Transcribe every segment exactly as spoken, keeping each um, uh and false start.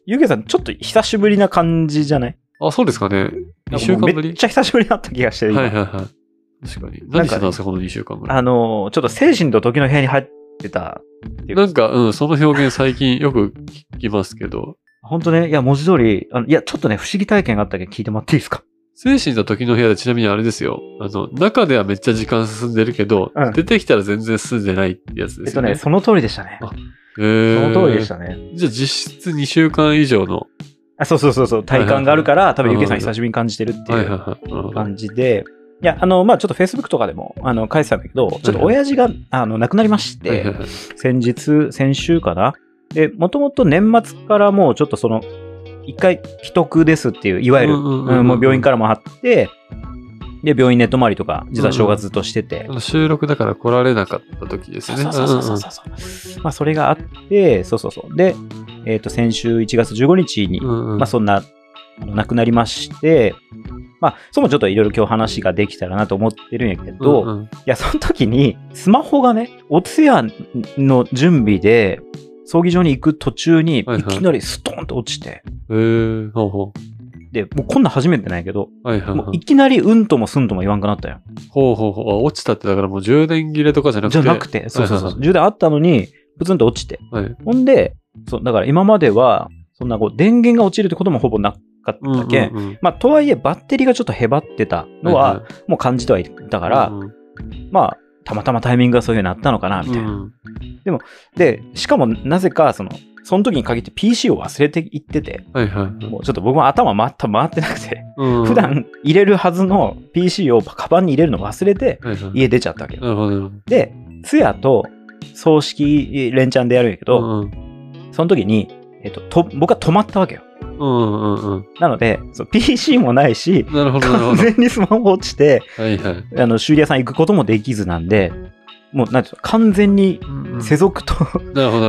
ゆうけいさん、ちょっと久しぶりな感じじゃない？ あ、そうですかね。にしゅうかんぶり？ めっちゃ久しぶりだった気がしてる。 はいはいはい。確かに。何してたんですか、このにしゅうかんぐらい。 あのー、ちょっと精神と時の部屋に入ってたっていう。 なんか、うん、その表現最近よく聞きますけど。 本当ね、いや、文字通り、あのいや、ちょっとね、不思議体験があったけど聞いてもらっていいですか？ 精神と時の部屋でちなみにあれですよ。あの、中ではめっちゃ時間進んでるけど、うん、出てきたら全然進んでないってやつですよね。 えっとね、その通りでしたね。あ、 へー、 その通りでしたね。 じゃあ実質にしゅうかん以上の。 あ、そうそうそうそう、体感があるから、はいはいはい、多分ゆうけいさん久しぶりに感じてるっていう感じで、いや、あの、まあちょっと Facebook とかでも、あの、書いてたんだけど、ちょっと親父が、あの、亡くなりまして、はいはいはい、先日、先週かな。で、もともと年末からもうちょっとその、一回既得ですっていう、いわゆる、もう病院からもあって、で、病院ネット回りとか、実は正月ずっとしてて、 うんうん、収録だから来られなかった時ですね。 そうそうそうそうそう、うんうん。まあ、それがあって、そうそうそう。で、えっと、先週いちがつじゅうごにちに、うんうん、まあ、そんな、亡くなりまして、まあ、そもちょっといろいろ今日話ができたらなと思ってるんやけど、うんうん、いや、その時に、スマホがね、お通夜の準備で、葬儀場に行く途中に、いきなりストーンと落ちて、 はいはい、へー、ほうほう。 で、もうこんなん初めてないけど、 はいはいはい、 もういきなりうんともすんとも言わんくなったよ。 ほうほうほう。落ちたってだからもう充電切れとかじゃなくて。 じゃなくて、そうそうそう。はいはいはい、充電あったのに、プツンと落ちて。 はい、 ほんで、そう、だから今までは、そんなこう電源が落ちるってこともほぼなかったけん、うんうんうん、まあ、とはいえバッテリーがちょっとへばってたのは、もう感じてはいたから、うんうん、まあ、たまたまタイミングがそういう風になったのかな、みたいな。うん、でも、で、しかもなぜか、その、その時に限って ピーシー を忘れていってて、 はいはいはい、 もうちょっと僕も頭回った回ってなくて、うん、普段入れるはずの ピーシー をカバンに入れるの忘れて、家出ちゃったわけ、はいはい、で、通夜と葬式連チャンでやるんやけど、うんうん、その時に、えっと、と僕は止まったわけよ。 うんうんうん、 なのでそう ピーシー もないし、 なるほど完全にスマホ落ちて、 はいはい、 あの修理屋さん行くこともできずなんで、もうなんていうの、完全に世俗と、うん、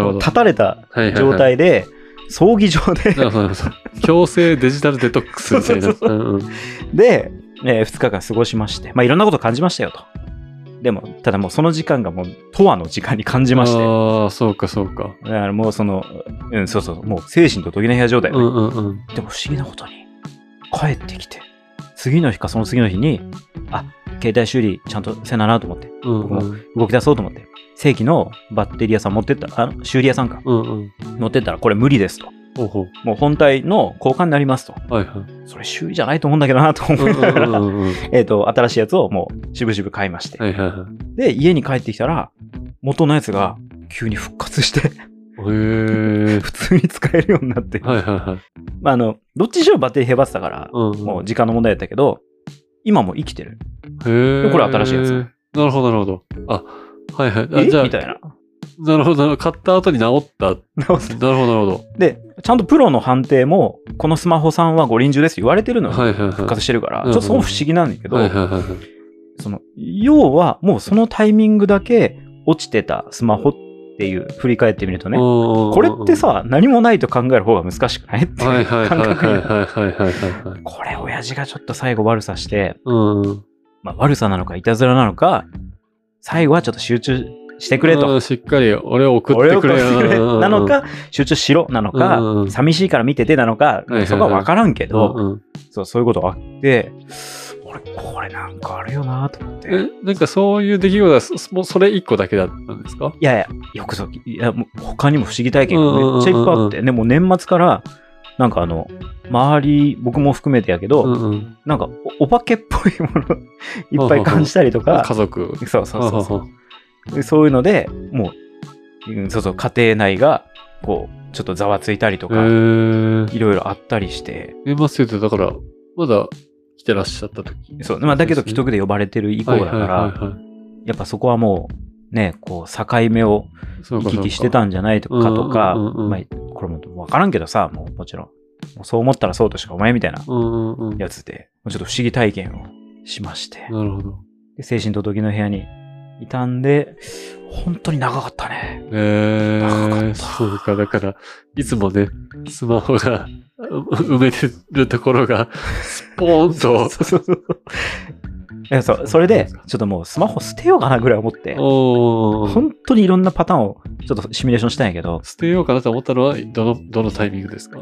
立たれた状態で、はいはいはい、葬儀場で強制デジタルデトックスみたいな。そうそうそう、うんうん、で、えー、ふつかかん過ごしまして、まあ、いろんなこと感じましたよと。でもただもうその時間がもう永遠の時間に感じまして、 ああそうかそうか、 だからもうその、うん、そうそう、もう精神と時の部屋状態、 うんうんうん、 でも不思議なことに帰ってきて、次の日かその次の日に、あ、携帯修理ちゃんとせななと思って、うんうん、僕も動き出そうと思って、正規のバッテリー屋さん持ってった、あの修理屋さんか、うんうん、持ってったらこれ無理ですと、ほうほう、もう本体の交換になりますと、はいはい、それ修理じゃないと思うんだけどなと思いながら、えっと新しいやつをもうしぶしぶ買いまして、はいはいはい、で家に帰ってきたら元のやつが急に復活してへ普通に使えるようになって、はいはいはい、まあ、あのどっちにしろバッテリーへばってたから、うんうん、もう時間の問題だったけど今も生きてる。へえ。これ新しいやつ。 なるほどなるほど。あ、はいはい。あ、じゃあみたいな。 なるほど。買った後に治った。治った。なるほどなるほど。 で、ちゃんとプロの判定もこのスマホさんはご臨終です言われてるのに復活してるから、はいはいはい、ちょっとそこも不思議なんだけど、はいはいはい、その要はもうそのタイミングだけ落ちてたスマホっていう振り返ってみるとね、これってさ何もないと考える方が難しくないっていう感覚に、これ親父がちょっと最後悪さして、うんまあ、悪さなのかいたずらなのか最後はちょっと集中してくれと、 しっかり俺を送ってくれなのか集中しろなのか、うん、寂しいから見ててなのか、そこは分からんけど、うんうん、そうそういうことがあって俺これなんかあるよなと思って。 えなんかそういう出来事はもうそれ一個だけだったんですか？ いやいやよくそういやもう他にも不思議体験がめっちゃいっぱいあって、でも年末からなんかあの周り僕も含めてやけど、うんうん、なんか お, お化けっぽいものいっぱい感じたりとか、 家族そうそうそうそうそういうのでもうそうそう家庭内がこうちょっとざわついたりとかいろいろあったりして。 年末ってだからまだ来てらっしゃった時、 そう、まあ、だけど既得で呼ばれてる以降だから、はいはいはいはい、やっぱそこはもうねこう境目を行き来してたんじゃないとかとか、まあこれも分からんけどさ、もうもちろんもうそう思ったらそうとしかお前みたいなやつで、うんうん、ちょっと不思議体験をしまして、 なるほど。 で精神と時の部屋にいたんで本当に長かったね。 えー、長かった。そうか、だからいつもねスマホが埋めてるところがスポーンとそうそうそういや そ, それでちょっともうスマホ捨てようかなぐらい思って、本当にいろんなパターンをちょっとシミュレーションしたんやけど、 捨てようかなと思ったのはどのどのタイミングですか？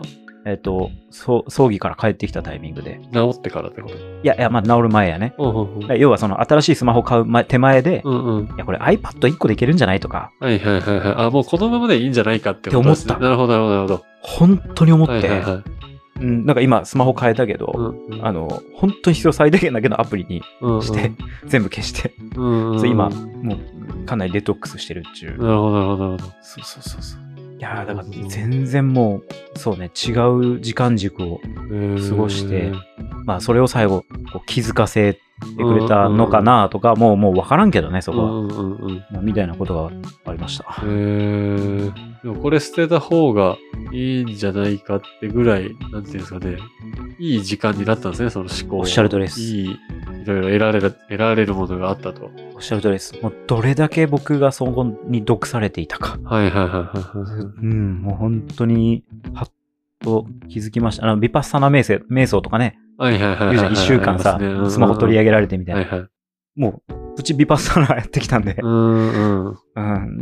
えっ、とそ、葬儀から帰ってきたタイミングで。 治ってからってこと？ いやいや、まあ治る前やね。 うんうんうん、 要はその新しいスマホ買う前手前で、 うんうん、いや、これ アイパッドいっこでいけるんじゃないとか。 はいはいはいはい。あ、もうこのままでいいんじゃないかってことですね。 って思った。 なるほどなるほどなるほど。 本当に思って。 はいはいはい、 うん、なんか今スマホ変えたけど、うんうん、あの本当に必要最大限だけのアプリにして、うんうん、全部消して、うんうん、今もうかなりデトックスしてるっていう。 なるほどなるほどなるほど。 そうそうそうそう。いやだから全然もうそうね、違う時間軸を過ごして、まあそれを最後こう気づかせてくれたのかなとか、うんうん、もうもう分からんけどね、そこは、うんうんうんまあ、みたいなことがありました。 へー。でもこれ捨てた方がいいんじゃないかってぐらい、なんていうんですかね、いい時間になったんですね、その思考。 おっしゃるとりです。いい、いろいろ得られる、得られるものがあったと。 おっしゃるとりです。もうどれだけ僕がそこに毒されていたか。 はいはいはいはい。 うん、もう本当に、はっと気づきました。あの、ヴィパッサナ瞑想、瞑想とかね。 はいはいはいはい。 いっしゅうかんさ、スマホ取り上げられてみたいな。はいはい、もう、うちヴィパッサナやってきたんで。うんうんうん、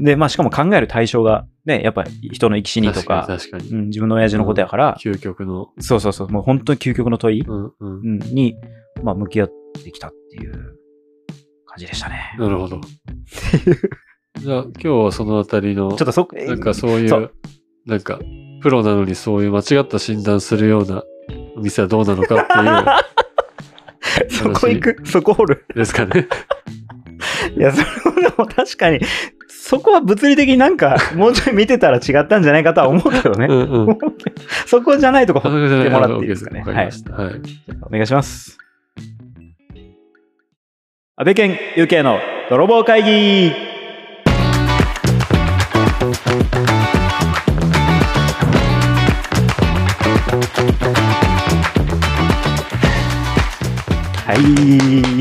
で、まあしかも考える対象が、ね、やっぱり人の生き死にとか、 確かに確かに、 うん、自分の親父のことやから、 うん、究極の。 そうそうそう、もう本当に究極の問い、うんうん、に、まあ向き合ってきたっていう感じでしたね。 なるほど。じゃあ今日はそのあたりの、 ちょっとそ、 なんかそういう、そうなんか、プロなのにそういう間違った診断するようなお店はどうなのかっていう。 そこ行く、そこ掘る。 ですかね。 いや、それも確かに、そこは物理的になんか、もうちょい見てたら違ったんじゃないかとは思うけどね。うんうん、そこじゃないとこ掘ってもらっていいですかね。はい。はい、お願いします。安倍健 ユーケー の泥棒会議。はい、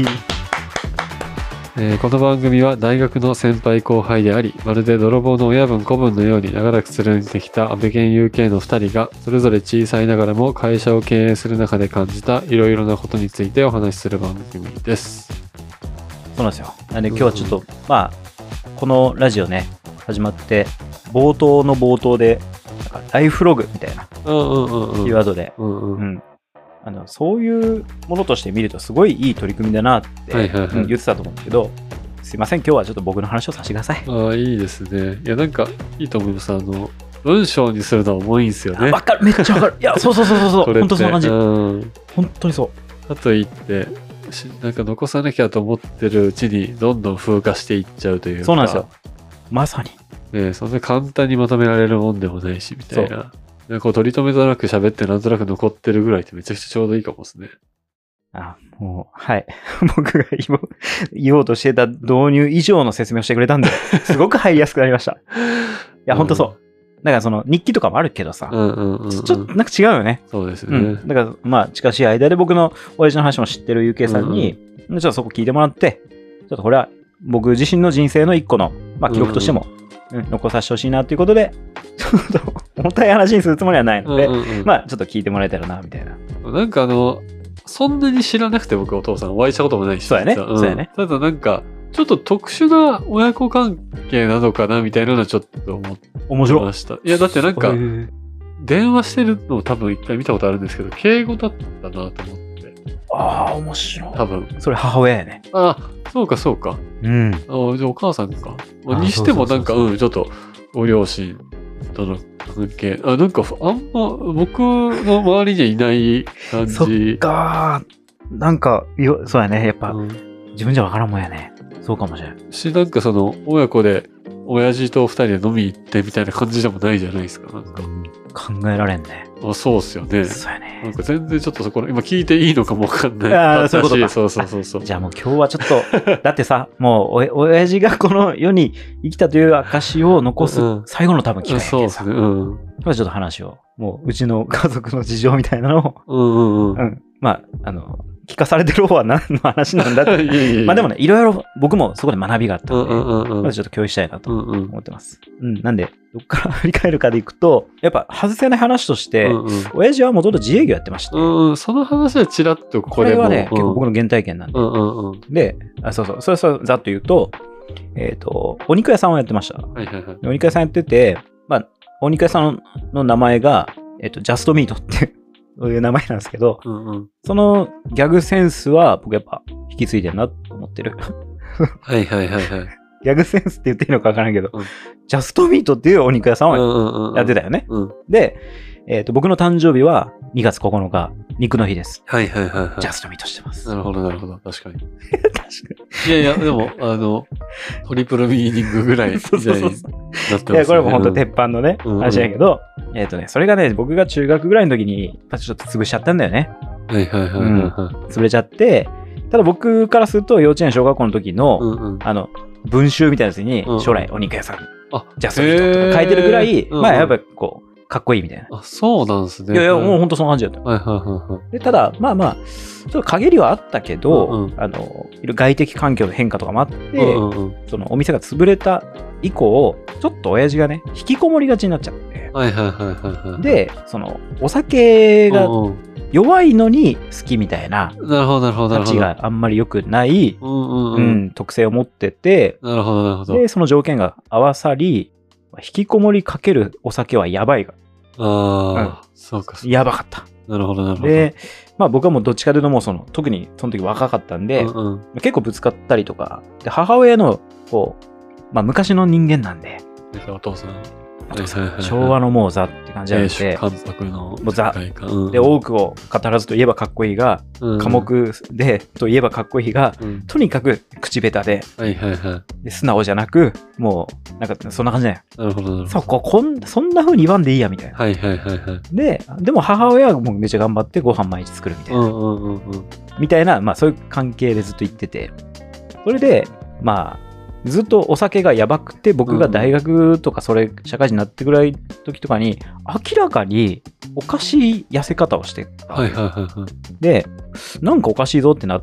えー、この番組は大学の先輩後輩であり、まるで泥棒の親分子分のように長らく貫いてきた安倍健 ユーケー のふたりが、それぞれ小さいながらも会社を経営する中で感じたいろいろなことについてお話しする番組です。 そうなんですよ。なんで今日はちょっと、うん、まあこのラジオね始まって冒頭の冒頭でなんかライフログみたいなキーワードで、うんうんうんあのそういうものとして見るとすごいいい取り組みだなって、はいはいはい、言ってたと思うんですけど、すいません今日はちょっと僕の話をさせてください。 ああいいですね。いやなんかいいと思います。あの文章にするのは重いんですよね。 わかる、めっちゃわかる。いやそうそうそうそうそう本当そんな感じ。うん本当にそう。 かといってなんか残さなきゃと思ってるうちにどんどん風化していっちゃうというか。 そうなんですよ。まさに。 ねそんな簡単にまとめられるもんでもないしみたいな。なんか取り留めとなく喋ってなんとなく残ってるぐらいってめちゃくちゃちょうどいいかもですね。 あ、もう、はい。僕が言おう、言おうとしてた導入以上の説明をしてくれたんで、すごく入りやすくなりました。いや、うん、ほんとそう。だからその日記とかもあるけどさ、うんうんうんうん、ちょっとなんか違うよね。 そうですね。うん、 だからまあ近しい間で僕の親父の話も知ってる ユーケー さんに、うんうん、ちょっとそこ聞いてもらって、ちょっとこれは僕自身の人生の一個の、まあ、記録としても、うんうんうん、残させてほしいなということで、ちょっと重たい話にするつもりはないので、うんうんうん、まあちょっと聞いてもらえたらなみたいな。 なんかあのそんなに知らなくて僕お父さんお会いしたこともないし、 そうやね、うん、そうやね。 ただなんかちょっと特殊な親子関係なのかなみたいなのはちょっと思ってました。いやだってなんか電話してるのを多分一回見たことあるんですけど敬語だったなと思って。 ああ面白い。 多分それ母親やね。 あそうかそうか。うん。あじゃあお母さんか。にしてもなんかうんちょっとご両親との関係あなんかあんま僕の周りにはいない感じ。 そっかなんかよそうやねやっぱ、うん、自分じゃわからんもんやね。そうかもしれないしなんかその親子で親父と二人で飲み行ってみたいな感じでもないじゃないですか。なんか、うん、 考えられんね。 あそうっすよね。 そうやね。 なんか全然ちょっとそこ今聞いていいのかもわかんない。 ああそういうことか。 そうそうそうそう。 じゃあもう今日はちょっとだってさもうお親父がこの世に生きたという証を残す最後の多分機会やけどさ、うん、そうですね。うん。これちょっと話をもううちの家族の事情みたいなのを、うんうんうんうん、まああの聞かされてる方は何の話なんだって。いやいやいやまあでもね、いろいろ僕もそこで学びがあったので、うんうんうん、まずちょっと共有したいなと思ってます。うん、うん、なんで、どっから振り返るかでいくと、やっぱ外せない話として、うんうん、親父はもともと自営業やってました、ね。 うんうん、その話はちらっとここでも。 これはね、うん、結構僕の原体験なんで。うんうんうん、で、あ、そうそう、それそれざっと言うと、えっと、お肉屋さんをやってました。はいはいはい、お肉屋さんやってて、まあ、お肉屋さんの名前が、 えっと、ジャストミートっていう名前なんですけど、 うんうん、 そのギャグセンスは僕やっぱ引き継いでるなと思ってる。 はいはいはいはい。 ギャグセンスって言っていいのかわからんけど、 うん、 ジャストミートっていうお肉屋さんをやってたよね。 うんうんうん、 で、えっと、僕の誕生日はにがつここのか、肉の日です。 はいはいはい、はい。 ジャストミートしてます。 なるほどなるほど。確かに。確かに。いやいや、でも、あの、トリプルミーニングぐらいみたいになってますね。 いや、これも本当鉄板のね、 うん、 話だけど、えっとね、それがね、僕が中学ぐらいの時に、ちょっと潰しちゃったんだよね。 はいはいはいはい、はい、うん。 潰れちゃって、ただ僕からすると幼稚園小学校の時の、うんうん、あの、文集みたいなやつに、将来お肉屋さん、うん、ジャストミートとか書いてるぐらい、まあやっぱりこう、かっこいいみたいな。 あ、そうなんですね。 いやいや、もうほんとそんな感じだった。 はいはいはいはい。 で、ただ、まあまあ、ちょっと陰りはあったけど、うんうん、あの、外的環境の変化とかもあって、うんうんうん、そのお店が潰れた以降、ちょっと親父がね、引きこもりがちになっちゃって。 はいはいはいはい、はい。 で、その、お酒が弱いのに好きみたいな、 なるほどなるほど。 価値があんまり良くない、 うんうんうんうん、特性を持ってて、 なるほどなるほど。 で、その条件が合わさり、引きこもりかけるお酒はやばいが。 ああ、うん、そうか。 やばかった。 なるほどなるほど。 で、まあ僕はもうどっちかというともうその、特にその時若かったんで、うんうん、結構ぶつかったりとか、で母親の、こう、まあ昔の人間なんで、 お父さん。 お父さん、昭和のもうザって感じなんで、 関白のもうザ、うん、で、多くを語らずといえばかっこいいが、うん、寡黙でといえばかっこいいが、うん、とにかく口下手で、 はいはいはい、 で素直じゃなく、もう、なんかそんな感じだよ。 なるほどなるほど。 そう、ここんそんな風に言わんでいいやみたいな。 はいはいはいはい。 で、でも母親はもうめっちゃ頑張ってご飯毎日作るみたいな。 うんうんうんうん、 みたいな、まあそういう関係でずっと言ってて、それで、まあ、ずっとお酒がやばくて、僕が大学とかそれ社会人になってぐらい時とかに明らかにおかしい痩せ方をしてた、 はいはいはいはい、 でなんかおかしいぞってなって、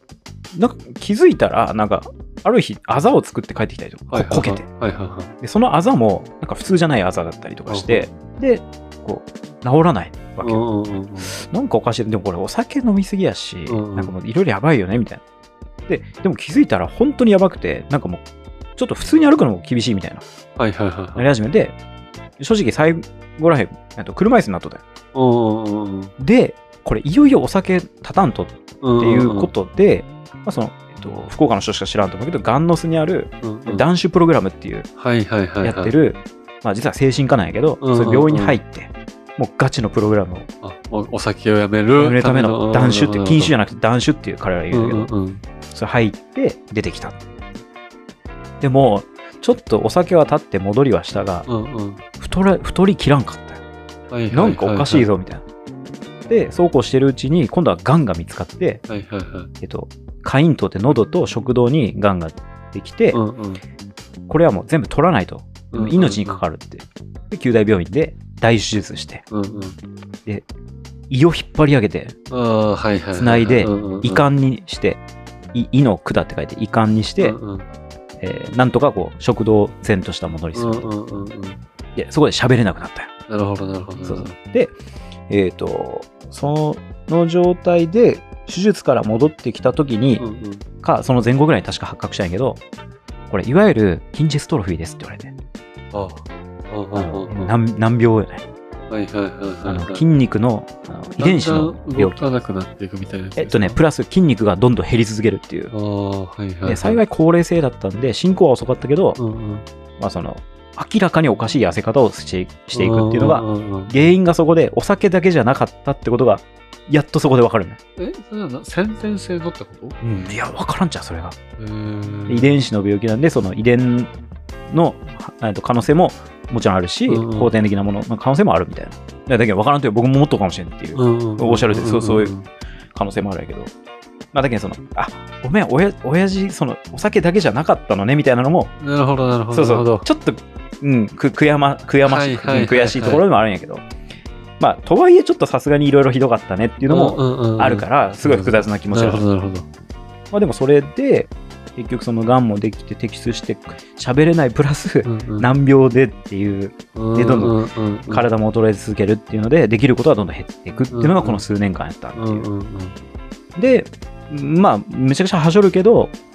うんうん、なんか気づいたらなんかある日あざを作って帰ってきたりとか、はいはいはい、こけて、はいはいはい、でそのあざもなんか普通じゃないあざだったりとかして、はいはい、でこう治らないわけ、うんうんうん、なんかおかしい。でもこれお酒飲みすぎやし、うんうん、なんかもういろいろやばいよねみたいな。で, でも気づいたら本当にやばくて、なんかもうちょっと普通に歩くのも厳しいみたいな、 はいはいはいはい、 なり始めて、正直最後らへん車椅子になっとったよ。 うんうんうん、 でこれいよいよお酒立たんとっていうことで、うんうんうん、まあ、その、えっと、福岡の人しか知らんと思うけどガンノスにある断酒プログラムっていうやってる、 はいはいはいはい、 まあ、実は精神科なんやけど、うんうんうん、そういう病院に入ってもうガチのプログラムを、 あ お, お酒をやめるやめるための断酒って、禁酒じゃなくて断酒っていう彼らが言うんだけど、うんうんうん、それ入って出てきた。でもちょっとお酒は立って戻りはしたが、うんうん、太, ら太りきらんかったよ、はいはいはいはい、なんかおかしいぞみたいな。でそうこうしてるうちに今度はがんが見つかって、はいはいはい、えっと下咽頭って喉と食道にがんができて、うんうん、これはもう全部取らないと、うんうんうん、命にかかるって。で九大病院で大手術して、うんうん、で胃を引っ張り上げてつないで胃管にして胃の管って書いて胃管にして、うんうんえー、なんとかこう食道を善としたものにする、うんうんうんうん、でそこで喋れなくなったよ。 なるほどなるほど。 そうそうで、えーと、その状態で手術から戻ってきた時に、うんうん、かその前後ぐらいに確か発覚したんやけど、これいわゆる筋ジストロフィーですって言われて、あああの難, 難病よね。 はいはいはいはい、 あの筋肉のあの遺伝子の病気。 動かなくなっていくみたいなやつですか。 えっとね、プラス筋肉がどんどん減り続けるっていう。あ、はいはいはい、で幸い高齢性だったんで進行は遅かったけど、うんうん、まあその明らかにおかしい痩せ方をして、していくっていうのが、うんうんうん、原因がそこでお酒だけじゃなかったってことがやっとそこで分かるね。 え、それは先天性のってこと？ うん、いや分からんじゃんそれが。遺伝子の病気なんで、その遺伝の可能性ももちろんあるし、うんうん、後天的なものの可能性もあるみたいな。だけど分からんという僕ももっとかもしれんっていう、うんうん、おっしゃるで、そう、そういう可能性もあるんやけど、まあだけどそのあごめんおや親父そのお酒だけじゃなかったのねみたいなのも、 なるほどなるほど、 そうそうちょっと、うん、く悔やま悔やましい、はいはいはいはい、悔しいところでもあるんやけど、まあとはいえちょっとさすがにいろいろひどかったねっていうのもあるから、うんうんうん、すごい複雑な気持ちがある。なるほどなるほど。まあでもそれで結局そのがんもできて摘出して喋れないプラス、うんうん、難病でっていうでどんどん体も衰え続けるっていうのでできることはどんどん減っていくっていうのがこの数年間やったっていう、うんうんうん、でまあめちゃくちゃはしょるけど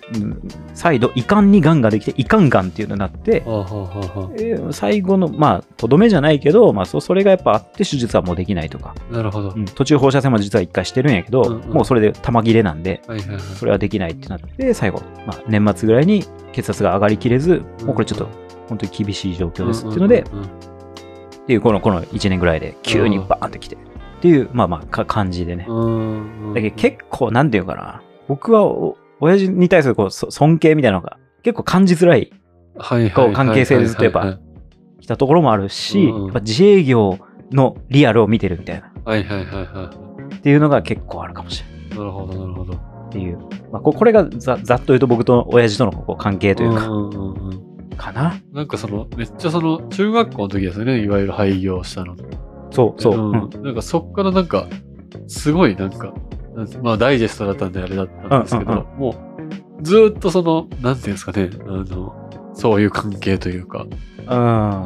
再度胃管にがんができて胃管がんっていうのになって、 はあはあはあ、 えー最後のまあとどめじゃないけど、まあ、そ, それがやっぱあって手術はもうできないとか。 なるほど、 うん、途中放射線も実は一回してるんやけど、うんうん、もうそれで玉切れなんで、 はいはいはい、それはできないってなって最後、まあ、年末ぐらいに血圧が上がりきれず、もうこれちょっと本当に厳しい状況ですっていうので、うんうんうんうん、っていうこのこのいちねんぐらいで急にバーンってきてっていうまあまあ感じでね。 うんうん、 だけど結構なんていうかな、僕はお親父に対するこう尊敬みたいなのが結構感じづらい関係性でずっとやっぱ来たところもあるし、やっぱ自営業のリアルを見てるみたいな、 はいはいはいはい、 っていうのが結構あるかもしれない。 なるほどなるほど。 っていう、まあ、これが ざ, ざっと言うと僕と親父とのこう関係というか、 うんうんうん、 かな。 なんかそのめっちゃその中学校の時ですよね、いわゆる廃業したの。 そうそう、 うんうん、なんかそっからなんかすごいなんかまあダイジェストだったんであれだったんですけど、うんうんうん、もうずっとそのなんていうんですかね、あのそういう関係というか。 うん、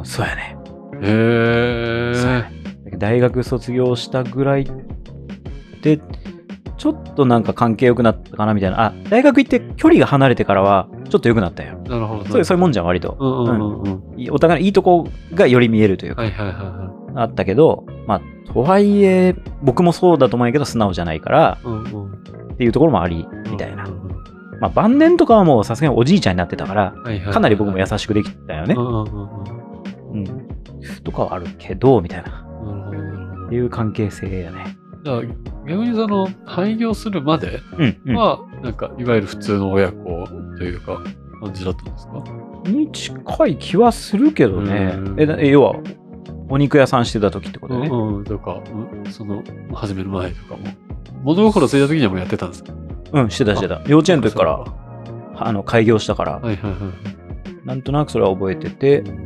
そうやね。 へー。 大学卒業したぐらいでちょっとなんか関係良くなったかなみたいな。あ、大学行って距離が離れてからはちょっと良くなったよ。 なるほど。 そういうそういうもんじゃん割と、 うんうんうんうん、 お互いのいいとこがより見えるというか、 はいはいはいはい、 あったけど、まあとはいえ僕もそうだと思うんやけど素直じゃないから、うんうん、っていうところもありみたいな。うんうんうん、まあ晩年とかはもうさすがにおじいちゃんになってたから、はいはいはいはい、かなり僕も優しくできたよね。うんうんうんうん、とかはあるけどみたいな、っていう関係性やね。 じゃあ逆にその廃業するまでは、うんうん、なんかいわゆる普通の親子というか感じだったんですか？ に近い気はするけどね。ええ要はお肉屋さんしてた時ってことね。 うんうん、とかその始める前とかも物心ついた時にはもうやってたんですか？ うんしてたしてた。幼稚園の時からあの開業したから、 はいはいはい、 なんとなくそれは覚えてて、うん、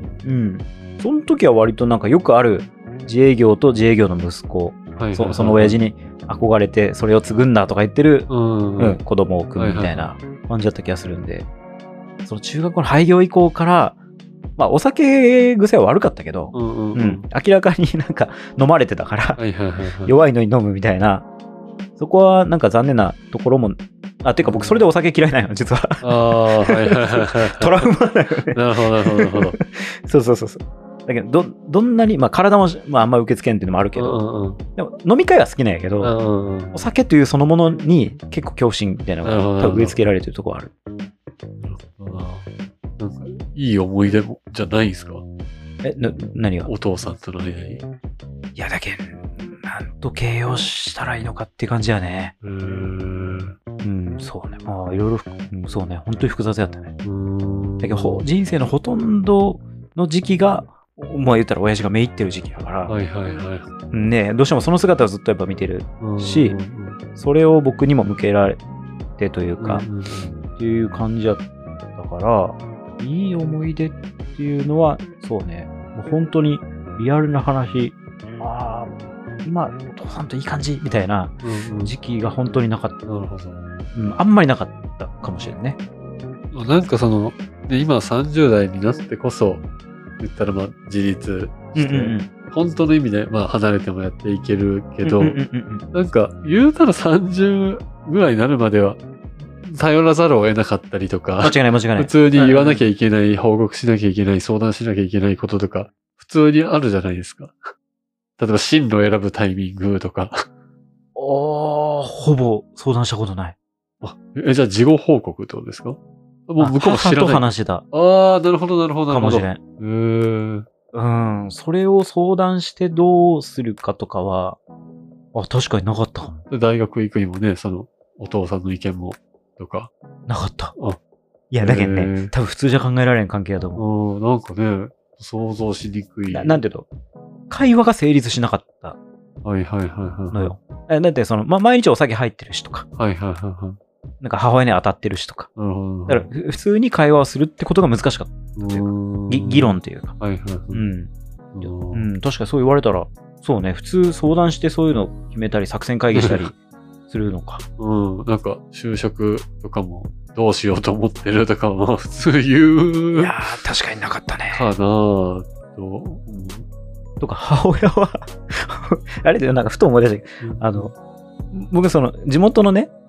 その時は割となんかよくある自営業と自営業の息子、はいはいはい、そ, その親父に憧れてそれを継ぐんだとか言ってる、うんうん、子供を組むみたいな感じだった気がするんで、はいはいはい、その中学校の廃業以降からまあお酒癖は悪かったけど、うんうんうんうん、明らかになんか飲まれてたから、はいはいはいはい、弱いのに飲むみたいな、そこはなんか残念なところもあ、ていうか僕それでお酒嫌いなの実は。ああ、はいはいはいはい。トラウマだよね。 なるほどなるほどなるほど。 そうそうそうそう。だけど ど, どんなにまあ体も、まあ、あんま受け付けんっていうのもあるけど、うんうん、でも飲み会は好きなんやけど、うんうん、お酒というそのものに結構恐怖心みたいなのが多分植え付けられてるところある。 なるほどな。なんかいい思い出じゃないですか？ え、な何が？ お父さんとの間に。 いやだけなんと形容したらいいのかっていう感じやね。うーん。うん、そうね。まあいろいろ、うん、そうね。本当に複雑やったね。うーん。だけど人生のほとんどの時期がまあ言ったら親父がめいってる時期だから、はいはいはい。ね、どうしてもその姿をずっとやっぱ見てるし、うんうんうん、それを僕にも向けられてというか、うんうんうん、っていう感じだったから、いい思い出っていうのは、そうね、もう本当にリアルな話、ああ、今、お父さんといい感じみたいな時期が本当になかった。うんうん、なるほど。うん、あんまりなかったかもしれんね。 なんかその、ね、今さんじゅう代になってこそ、言ったらまあ自立して、うんうんうん、本当の意味でまあ離れてもやっていけるけど、うんうんうんうん、なんか言うたらさんじゅうぐらいになるまでは頼らざるを得なかったりとか、 間違いない間違いない。 普通に言わなきゃいけない、報告しなきゃいけない、相談しなきゃいけないこととか、普通にあるじゃないですか。例えば進路を選ぶタイミングとか。ああ、 ほぼ相談したことない。 あ、え、じゃあ事後報告ってことですか？もう向こうも知らない。 母と話してた。 ああ、なるほど、なるほど、なるほど。 かもしれん。 うーん。 うん。それを相談してどうするかとかは、あ、確かになかったかも。 大学行くにもね、その、お父さんの意見も、とか。 なかった。あ、いや、だけどね、多分普通じゃ考えられん関係だと思う。うん、なんかね、想像しにくい。 な, なんていうの会話が成立しなかった。 はいはいはいはい。 のよ。えだってその、ま、毎日お酒入ってるしとか。 はいはいはいはい。 なんか母親に当たってるしとか。なるほど。だから普通に会話をするってことが難しかったというか、議論というか。はいはいはい。うん。うん、確かにそう言われたら、そうね、普通相談してそういうの決めたり、作戦会議したりするのか。 うん、なんか就職とかもどうしようと思ってるとかも普通言う。 いやー、確かになかったね。 かなぁと。 うんとか母親はあれでなんかふと思い出したけど、うん、あの僕その地元のね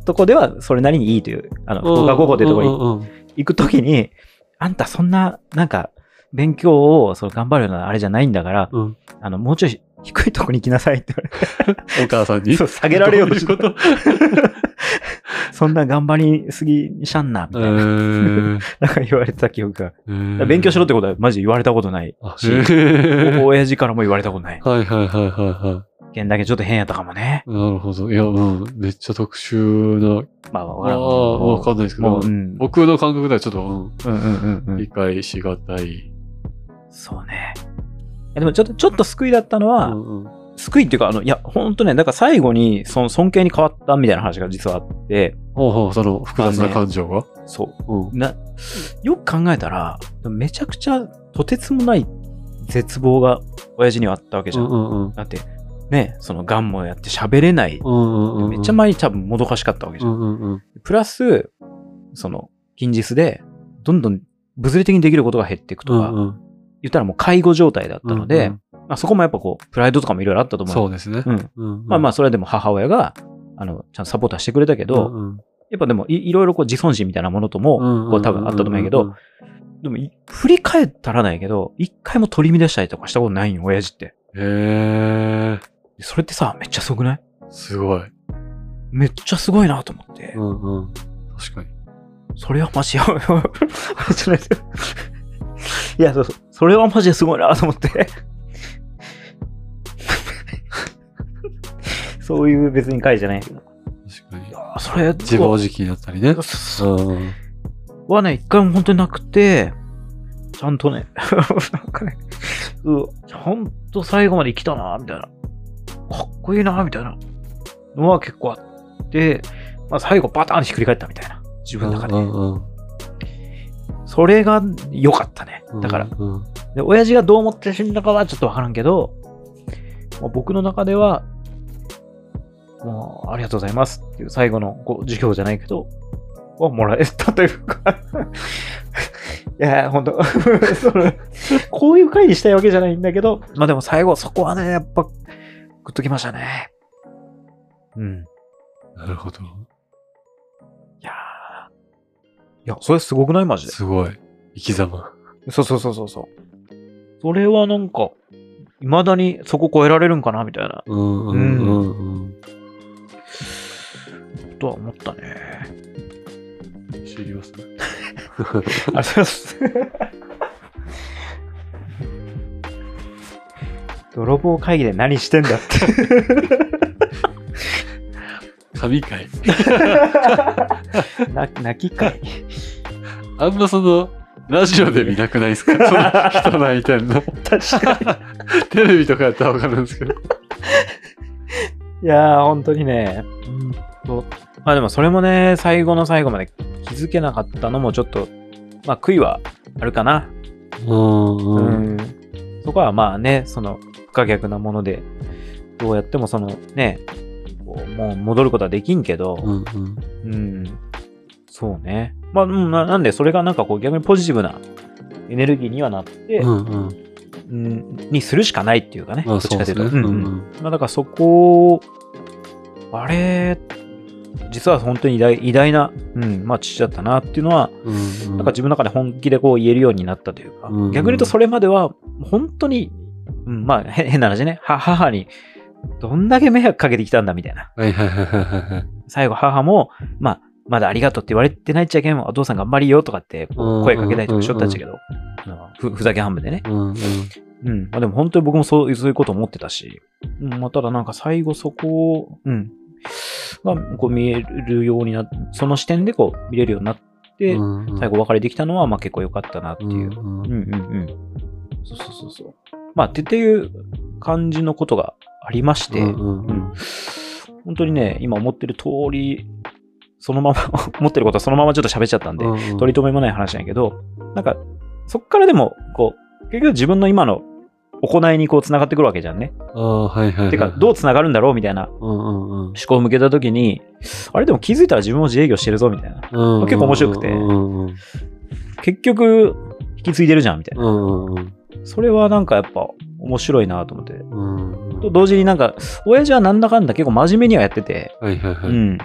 とこではそれなりにいいという、あの、福岡高校というところに行くときに、あんたそんな、なんか、勉強をそう頑張るようなあれじゃないんだから、うん、あの、もうちょい低いとこに行きなさいって言われて。 お母さんにそう、下げられようとして。そんな頑張りすぎしゃんな、みたいな。なんか言われてた記憶が。勉強しろってことはマジ言われたことないし、親父からも言われたことない。 はいはいはいはいはい。 件だけちょっと変やったかもね。 なるほど。いや、うん、めっちゃ特殊な。まあ、わからん。わかんないですけど、うん、僕の感覚ではちょっと、うん、うんうんうん、理解しがたい。 そうね。でもちょっと、ちょっと救いだったのは、うんうん、救いっていうか、あの、いや、ほんとね、だから最後に、その尊敬に変わったみたいな話が実はあって、 ほうほう、その複雑な感情が、ね、 そう、うん。な。よく考えたら、めちゃくちゃとてつもない絶望が親父にはあったわけじゃん。うんうんうん、だって、ね、そのガンもやって喋れない。うんうんうん、めっちゃ前に多分もどかしかったわけじゃん。うんうんうん、プラス、その、近日で、どんどん物理的にできることが減っていくとか、うんうん、言ったらもう介護状態だったので、うんうん、まあ、そこもやっぱこう、プライドとかもいろいろあったと思う。 そうですね。うん。 うんうん、まあまあ、それでも母親が、あの、ちゃんとサポートしてくれたけど、うんうん、やっぱでもい、いろいろこう自尊心みたいなものとも、こう多分あったと思うんやけど、でも、振り返ったらないけど、一回も取り乱したりとかしたことないんよ、親父って。 へー。 それってさ、めっちゃすごくない？ すごい。 めっちゃすごいなと思って。 うんうん。確かに。 それはマジや、いや、そうそう。それはマジですごいなと思って。そういう別に回じゃないけど。 確かに。 それ、 自暴自棄になったりね。 うん。はね、一回も本当になくて、ちゃんとね、なんかね、うん、ちゃんと最後まで生きたなみたいな。かっこいいなみたいなのは結構あって、まあ最後パターンひっくり返ったみたいな。自分の中で。うんうんうん、それが良かったね。だから、うんうん、で、親父がどう思って死んだかはちょっとわからんけど、まあ、僕の中では、もう、ありがとうございますっていう最後のこう授業じゃないけど、はもらえたというか。いや、ほんとこういう回にしたいわけじゃないんだけど、まあでも最後そこはね、やっぱ、グッときましたね。うん。 なるほど。いやー。いや、それすごくないマジで。 すごい。生き様。 そうそうそうそうそう。それはなんか、未だにそこ超えられるんかなみたいな。 うんうんうんうん。 とは思ったね。 知りますね。 ありがとうございます。泥棒会議で何してんだって。 神会。 な泣き会。 あんまその、ラジオで見なくないですか？その人泣いてんの。 確かに。テレビとかやったらわかるんですけど。 いやー、本当にね。うんとまあでもそれもね、最後の最後まで気づけなかったのもちょっと、まあ悔いはあるかな。 うんうん、 そこはまあね、その不可逆なもので、どうやってもそのね、もう戻ることはできんけど、 うん、 うんうん、そうね。まあな、なんでそれがなんかこう逆にポジティブなエネルギーにはなって、 うんうんうん、にするしかないっていうかね。 まあ、どっちかというと。 うんうん、まあだからそこを、あれ、実は本当に偉大、偉大な、うん、まあ父だったなっていうのは、うんうん、なんか自分の中で本気でこう言えるようになったというか、うんうん、逆に言うとそれまでは本当に、うん、まあ変な話ね、母にどんだけ迷惑かけてきたんだみたいな。最後母も、まあまだありがとうって言われてないっちゃいけん、お父さん頑張りよとかって声かけたりとかしとったんだけど、ふ, ふざけ半分でね。 うんうんうんまあ、でも本当に僕もそう、そういうこと思ってたし、うんまあ、ただなんか最後そこを、うんがこう見えるようになって、その視点でこう見れるようになって、うんうん、最後お別れできたのはまあ結構良かったなっていう。うんうんうんうん。そうそうそうそう。まあってっていう感じのことがありまして、うんうんうん、本当にね、今思ってる通り、そのまま、思ってることはそのままちょっと喋っちゃったんで、うんうん、取り留めもない話なんやけど、なんか、そっからでも、こう、結局自分の今の行いにこう繋がってくるわけじゃんね。 ああ、はいはいはい、はい。 てか、どう繋がるんだろうみたいな思考を向けたときに、あれでも気づいたら自分も自営業してるぞみたいな。うんうん、結構面白くて、うんうん、結局、引き継いでるじゃんみたいな、 うんうん。 それはなんかやっぱ面白いなと思って。 うんうん、 と同時になんか、親父はなんだかんだ結構真面目にはやってて、 はいはいはい。 うん。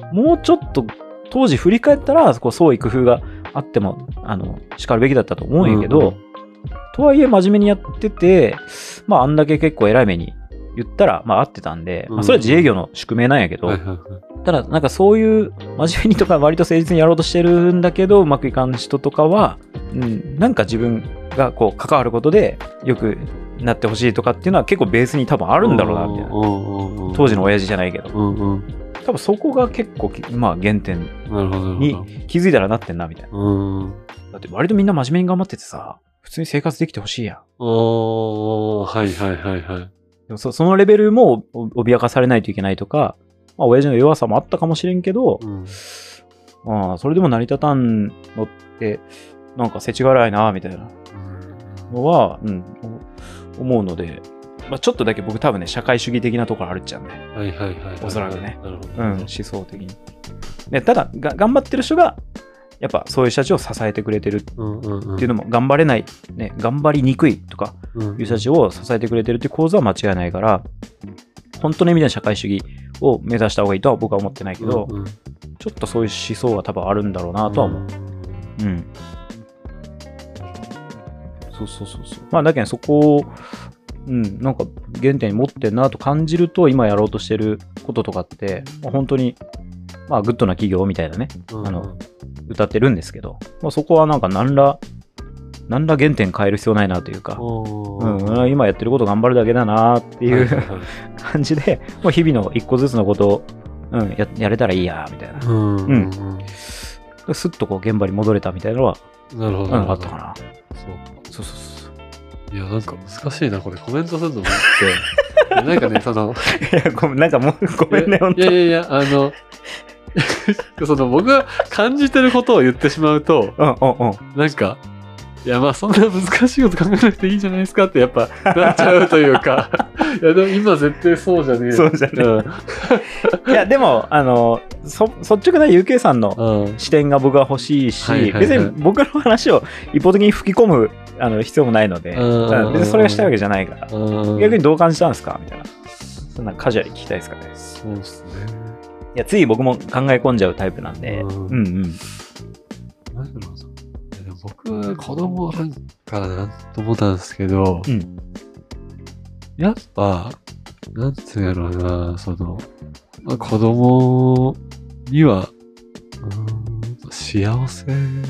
もうちょっと当時振り返ったらこう創意工夫があってもあの叱るべきだったと思うんやけど、うんうん、とはいえ真面目にやってて、まああんだけ結構偉い目に言ったらまあ合ってたんで、うんうん、まあ、それは自営業の宿命なんやけど、はいはいはい、ただなんかそういう真面目にとか割と誠実にやろうとしてるんだけどうまくいかん人とかは、うん、なんか自分がこう関わることでよくなってほしいとかっていうのは結構ベースに多分あるんだろうなみたいな、当時の親父じゃないけど、うんうん、多分そこが結構まあ原点に気づいたらなってんなみたいな、うん、だって割とみんな真面目に頑張っててさ普通に生活できてほしいやん。 おー、はいはいはいはい。 でも そ, そのレベルも脅かされないといけないとか、まあ親父の弱さもあったかもしれんけど、うん、まあそれでも成り立たんのってなんか世知辛いなみたいなのは、うん、思うので、まあ、ちょっとだけ僕多分ね社会主義的なところあるっちゃうね。はいはいはい、はい、おそらくね。なるほど、うん、思想的に。でただが頑張ってる人がやっぱそういう人たちを支えてくれてるっていうのも、うんうんうん、頑張れない、ね、頑張りにくいとかいう人たちを支えてくれてるっていう構図は間違いないから、本当の意味での社会主義を目指した方がいいとは僕は思ってないけど、うんうん、ちょっとそういう思想は多分あるんだろうなとは思う。うん、うん、そうそうそうそう。まあだけどそこを、うん、なんか原点に持ってんなと感じると今やろうとしてることとかって、まあ、本当にまあグッドな企業みたいなね、うんうん、あの歌ってるんですけど、まあ、そこはなんか何ら何ら原点変える必要ないなというか、うん、今やってること頑張るだけだなっていう、はいはいはい、感じでもう日々の一個ずつのことを、うん、や, やれたらいいやみたいな、うんうんうん、スッとこう現場に戻れたみたいなのはなるほど、 うん、あったかな。 そうそうそうそう。いやなんか難しいなこれコメントするのもってなんかねそのいやごめんなんかもうごめんね本当。 いやいやいやあのその僕が感じてることを言ってしまうと、うんうんうん、なんかいやまあそんな難しいこと考えなくていいじゃないですかってやっぱなっちゃうというかいやでも今絶対そうじゃねえそうじゃねえ、うん、いやでもあのそ率直な ユーケー さんの視点が僕は欲しいし、うんはいはいはい、別に僕の話を一方的に吹き込むあの必要もないので、うん、別にそれがしたいわけじゃないから、うん、逆にどう感じたんですかみたいなそんなカジュアルに聞きたいですかね。 そうですね。 いやつい僕も考え込んじゃうタイプなんで、うん、うんうん。 なんだろうな。僕子供なんかなんと思ったんですけど、うん、やっぱなんつうんやろうなその、まあ、子供にはうん幸せ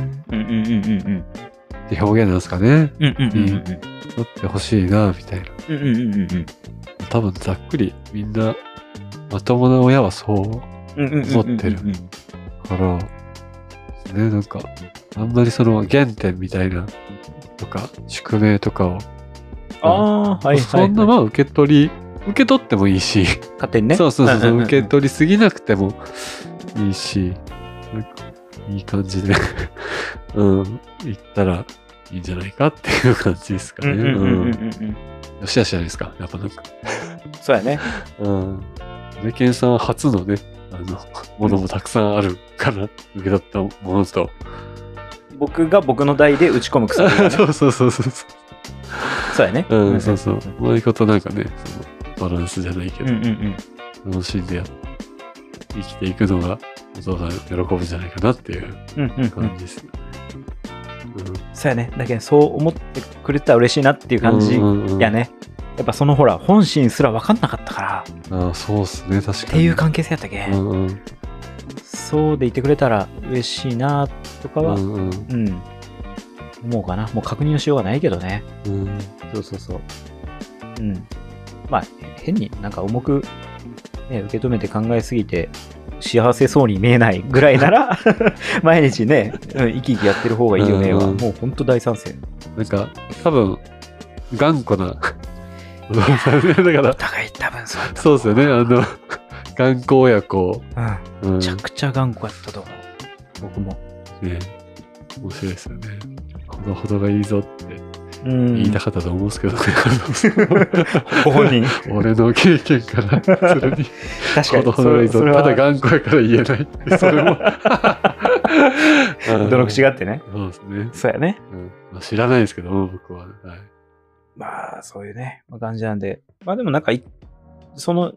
って表現なんですかね。うんうんうんうん。なってほしいなみたいな。うんうんうんうん。多分ざっくりみんなまともな親はそう思ってるからねなんか。あんまりその原点みたいなとか宿命とかをああはいはい、はい、 そんなまあ受け取り受け取ってもいいし勝手にねそうそうそうそう受け取りすぎなくてもいいしなんかいい感じでうん言ったらいいんじゃないかっていう感じですかね。うんうんうんうんよしあしじゃないですかやっぱなんかそうやねうんメケンさん初のねあのものもたくさんあるから受け取ったものと僕が僕の代で打ち込む薬、 ね、そうそうそうそうそうやねうんそうそうそういうことなんかねそのバランスじゃないけど、うんうんうん、楽しんでや生きていくのがお父さん喜ぶんじゃないかなっていう感じです、 うんうんうん、そうやねだけどそう思ってくれたら嬉しいなっていう感じやね、うんうんうん、やっぱそのほら本心すら分かんなかったからああそうっすね確かにっていう関係性やったっけ、うんうんそうでいてくれたら嬉しいなとかは、うんうんうん、思うかな。もう確認のしようがないけどね。うん、そうそうそう。うん。まあ、変になんか重く、ね、受け止めて考えすぎて幸せそうに見えないぐらいなら毎日ね、うん、生き生きやってる方がいいよねは、うんうん、もう本当大賛成。 なんか多分頑固なだからお互い多分そうだそうですよねあの頑固親子、 うん、めちゃくちゃ頑固やったと思う僕もね面白いですよねほどほどがいいぞって言いたかったと思うんですけどねご本人俺の経験からそれに確かにほどほどがいいぞただ頑固やから言えないってそれもどの口があってねそうですねそうやね、 うんまあ、知らないですけど僕は、はい、 まあそういうね感じなんでまあでもなんかその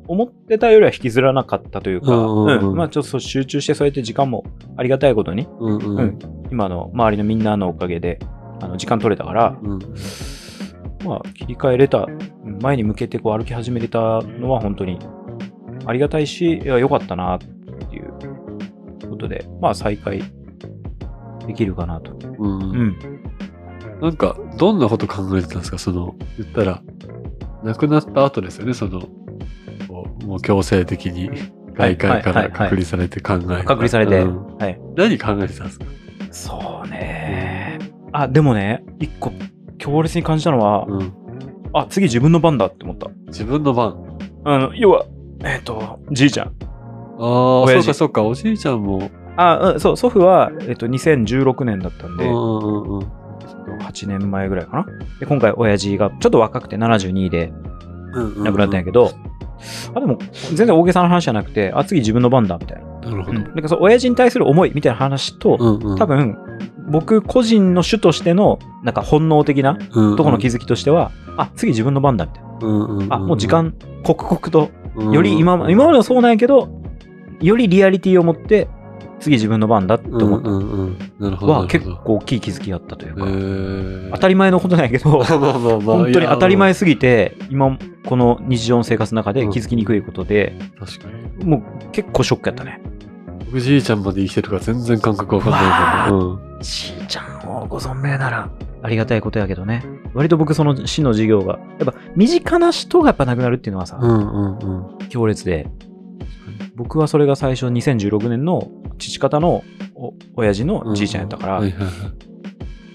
思ってたよりは引きずらなかったというか、 うんうんうんうんまあちょっとそう集中してそうやって時間もありがたいことに、 うんうんうん今の周りのみんなのおかげであの時間取れたから、 うんまあ切り替えれた、前に向けてこう歩き始めれたのは本当にありがたいし、いや良かったなっていうことで、まあ再開できるかなと。 うんうんなんか、どんなこと考えてたんですかその、言ったら、亡くなった後ですよね、その、こうもう強制的に外界から隔離されて考えた。 隔離されて、 うんはい。 何考えてたんですかそうね。あ、でもね、一個強烈に感じたのは、 うん。 あ、次自分の番だって思った。 自分の番。 あの、要は、えっ、と、じいちゃん。 ああ、そ親父うかそうか、おじいちゃんも。 あ、うん、そう、祖父は、えっ、と、にせんじゅうろくねんだったんで、 うんうんうん。 はちねんまえぐらいかな。で、今回、親父がちょっと若くてななじゅうにで亡くなったんやけど、あ、でも、全然大げさな話じゃなくて、あ、次自分の番だ、みたいな。 なるほど。 うん。なんかそう、親父に対する思いみたいな話と、 うんうん、 多分、僕個人の主としての、なんか本能的なとこの気づきとしては、うんうん、あ、次自分の番だ、みたいな。 うんうんうんうん、 あ、もう時間、刻々と、 うんうん、 より今、今まではそうなんやけど、よりリアリティを持って、次自分の番だって思ったは結構大きい気づきだったというか、えー、当たり前のことなんやけど本当に当たり前すぎて今この日常の生活の中で気づきにくいことで、 うん、確かにもう結構ショックやったね。 僕じいちゃんまで生きてるから全然感覚わかんないから、うん、 じいちゃんをご存命ならありがたいことやけどね。割と僕その死の授業がやっぱ身近な人がやっぱ亡くなるっていうのはさ、 うんうんうん、 強烈で、僕はそれが最初にせんじゅうろくねんの父方のお親父のじいちゃんやったから、うんはいはいはい、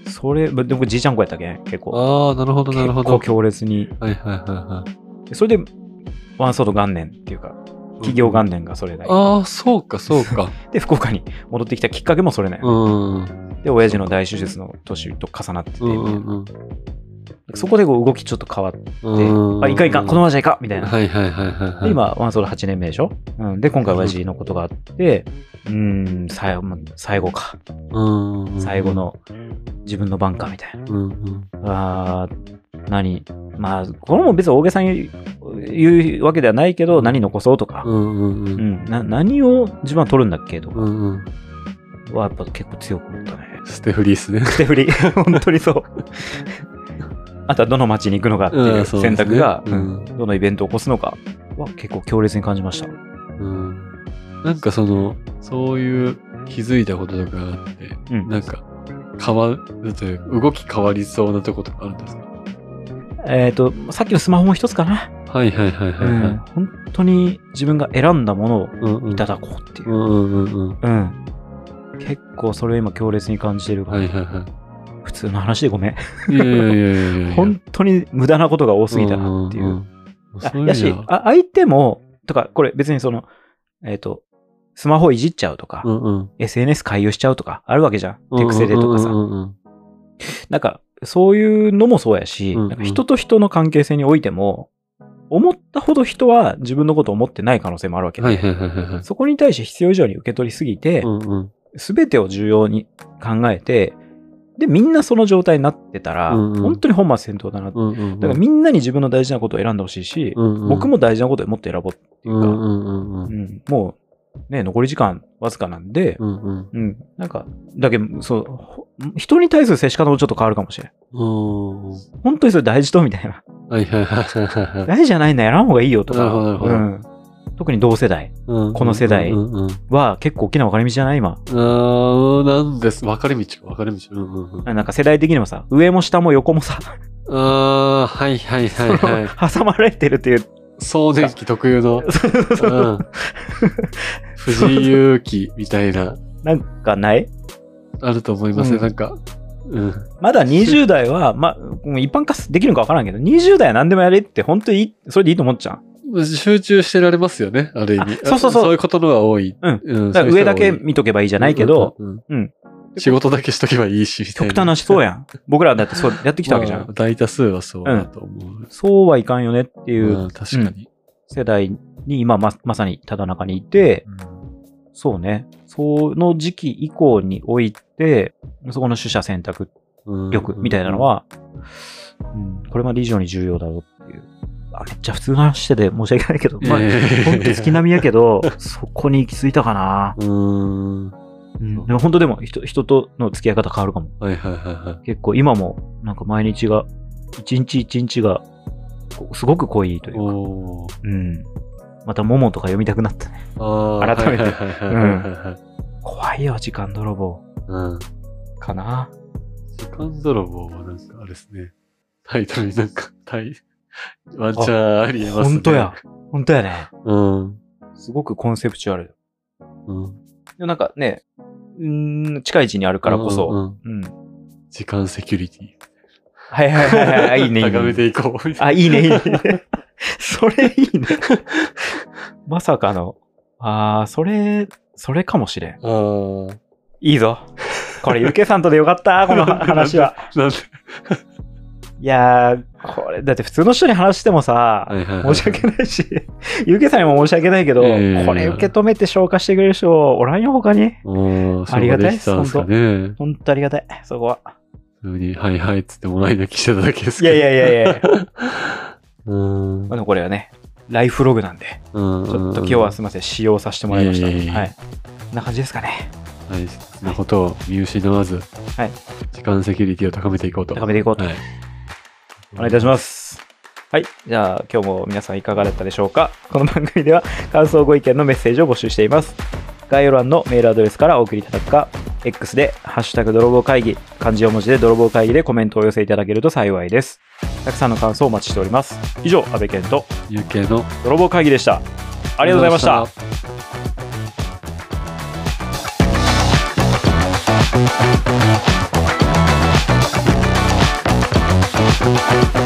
それで僕じいちゃん子やったっけ結構ああなるほどなるほど結構強烈に、 はいはいはいはい、 それでワンソード元年っていうか企業元年がそれだ、 うん、ああそうかそうかで福岡に戻ってきたきっかけもそれだよね、うん、で親父の大手術の年と重なってて、うんうんうん、そこでこう動きちょっと変わって、あ、いかんいかん、このままじゃいかみたいな。 はいはいはいはい、はい。 で、今、ワンソードはちねんめでしょ、うん、で、今回親父のことがあって、うーん、最後、最後か。うん。最後の自分の番かみたいな。うんうん、あ何まあ、これも別に大げさに言うわけではないけど、何残そうとか、うんうんうんうん、な何を自分は取るんだっけとか、うんうん、はやっぱ結構強く思ったね。 捨て振りですね。 捨て振り。本当にそう。あとはどの街に行くのかっていう選択が、うんうん、どのイベントを起こすのかは結構強烈に感じました。うん、 なんかその、そういう気づいたこととかがあって、うん、なんか変わるという、動き変わりそうなとことかあるんですか？ えっと、さっきのスマホも一つかな。 はいはいはいはい、はいうん。 本当に自分が選んだものをいただこうっていう。うんうんうんうん、結構それを今強烈に感じてるから。はいはいはい普通の話でごめん。いやいやいやいや本当に無駄なことが多すぎたなっていう。うんうん、やしあ、相手も、とか、これ別にその、えっ、ー、と、スマホいじっちゃうとか、うんうん、エスエヌエス 回遊しちゃうとか、あるわけじゃん。手癖でとかさ。なんか、そういうのもそうやし、うんうん、なんか人と人の関係性においても、思ったほど人は自分のことを思ってない可能性もあるわけで、そこに対して必要以上に受け取りすぎて、すべ、うんうん、てを重要に考えて、で、みんなその状態になってたら、うんうん、本当に本末転倒だな、うんうんうん。だからみんなに自分の大事なことを選んでほしいし、うんうん、僕も大事なことをもっと選ぼうっていうか、うんうんうんうん、もうね、残り時間わずかなんで、うんうんうん、なんか、だけど、そう、人に対する接し方もちょっと変わるかもしれん。うん本当にそれ大事とみたいな。大事じゃないんだ、やらん方がいいよとか。うん特に同世代、うん、この世代は結構大きな分かれ道じゃない今。 あー、なんです。分かれ道か、分かれ道。うんうんうん、 なんか世代的にもさ、上も下も横もさ、 あー、はいはいはいはい。 挟まれてるっていう。 壮年期特有の。うん、藤井勇気みたいな。 なんかないあると思いますね、うん、なんか。うん、 まだにじゅう代は、ま、一般化できるのか分からんけど、にじゅう代は何でもやれって本当にいい、それでいいと思っちゃう。 集中してられますよね、ある意味。 そうそうそう。 そういうことのが多い。 うん。うん、だから上だけ見とけばいいじゃないけど、うん。うんうん、 仕事だけしとけばいいし、みたいな。 極端なしそうやん。僕らだってそうやってきたわけじゃん。まあ、 大多数はそうだと思う、 うん。そうはいかんよねっていう、 まあ、確かに、うん、 世代に今ま、まさにただ中にいて、うん、そうね。その時期以降において、そこの取捨選択力みたいなのは、うんうんうん、これまで以上に重要だろうっていう。 あめっちゃ普通の話してて申し訳ないけど、まあ、 いやいやいやほんと月並みやけど、そこに行き着いたかな。 うーん。 うん、でも本当でも人、人との付き合い方変わるかも。 はいはいはいはい。 結構今も、なんか毎日が、一日一日が、こうすごく濃いというか。 おー。 うん。また、モモとか読みたくなったね。 ああ、 改めてはいはいはいはいはい。 怖いよ、時間泥棒。 うん。 かな。 時間泥棒はなんかあれですね。タイトルになんか、タイ、ワンチャンありえますね。 本当や。本当やね。 うん。 すごくコンセプチュアル。 うん。 でもなんかね、うーん、近い位置にあるからこそ。 うんうんうん。 時間セキュリティ。 はいはいはいはい。いいね、いいね。 高めていこう。 あ、いいね、いいね。それいいね。まさかの。ああ、それ、それかもしれん。 ああ。 いいぞ。これ、ゆけさんとでよかった、この話は。 なんでいやー、これ、だって普通の人に話してもさ、 はいはいはい申し訳ないし、ゆけさんにも申し訳ないけど、 いやいやいやこれ受け止めて消化してくれる人おらんよ、他に。 おー、 ありがたいそうでしたんですかね。 ほんとありがたい、そこは。 普通に、はいはいっつってもらい泣きしてただけですいけど。 やいやいやいや。 うーん。 まあでもこれはね、ライフログなんで、 うん。 ちょっと今日はすみません、使用させてもらいました。 いやいやいやはい。こんな感じですかね。 大切なことを見失わず、 はい。 時間セキュリティを高めていこうと。 高めていこうと。 はい。 お願いいたします。はい。じゃあ、今日も皆さんいかがだったでしょうか。この番組では感想ご意見のメッセージを募集しています。概要欄のメールアドレスからお送りいただくか、X でハッシュタグ泥棒会議、漢字を文字で泥棒会議でコメントをお寄せいただけると幸いです。たくさんの感想をお待ちしております。以上、安倍健とユーケー の泥棒会議でした。ありがとうございました。 ありがとうございました。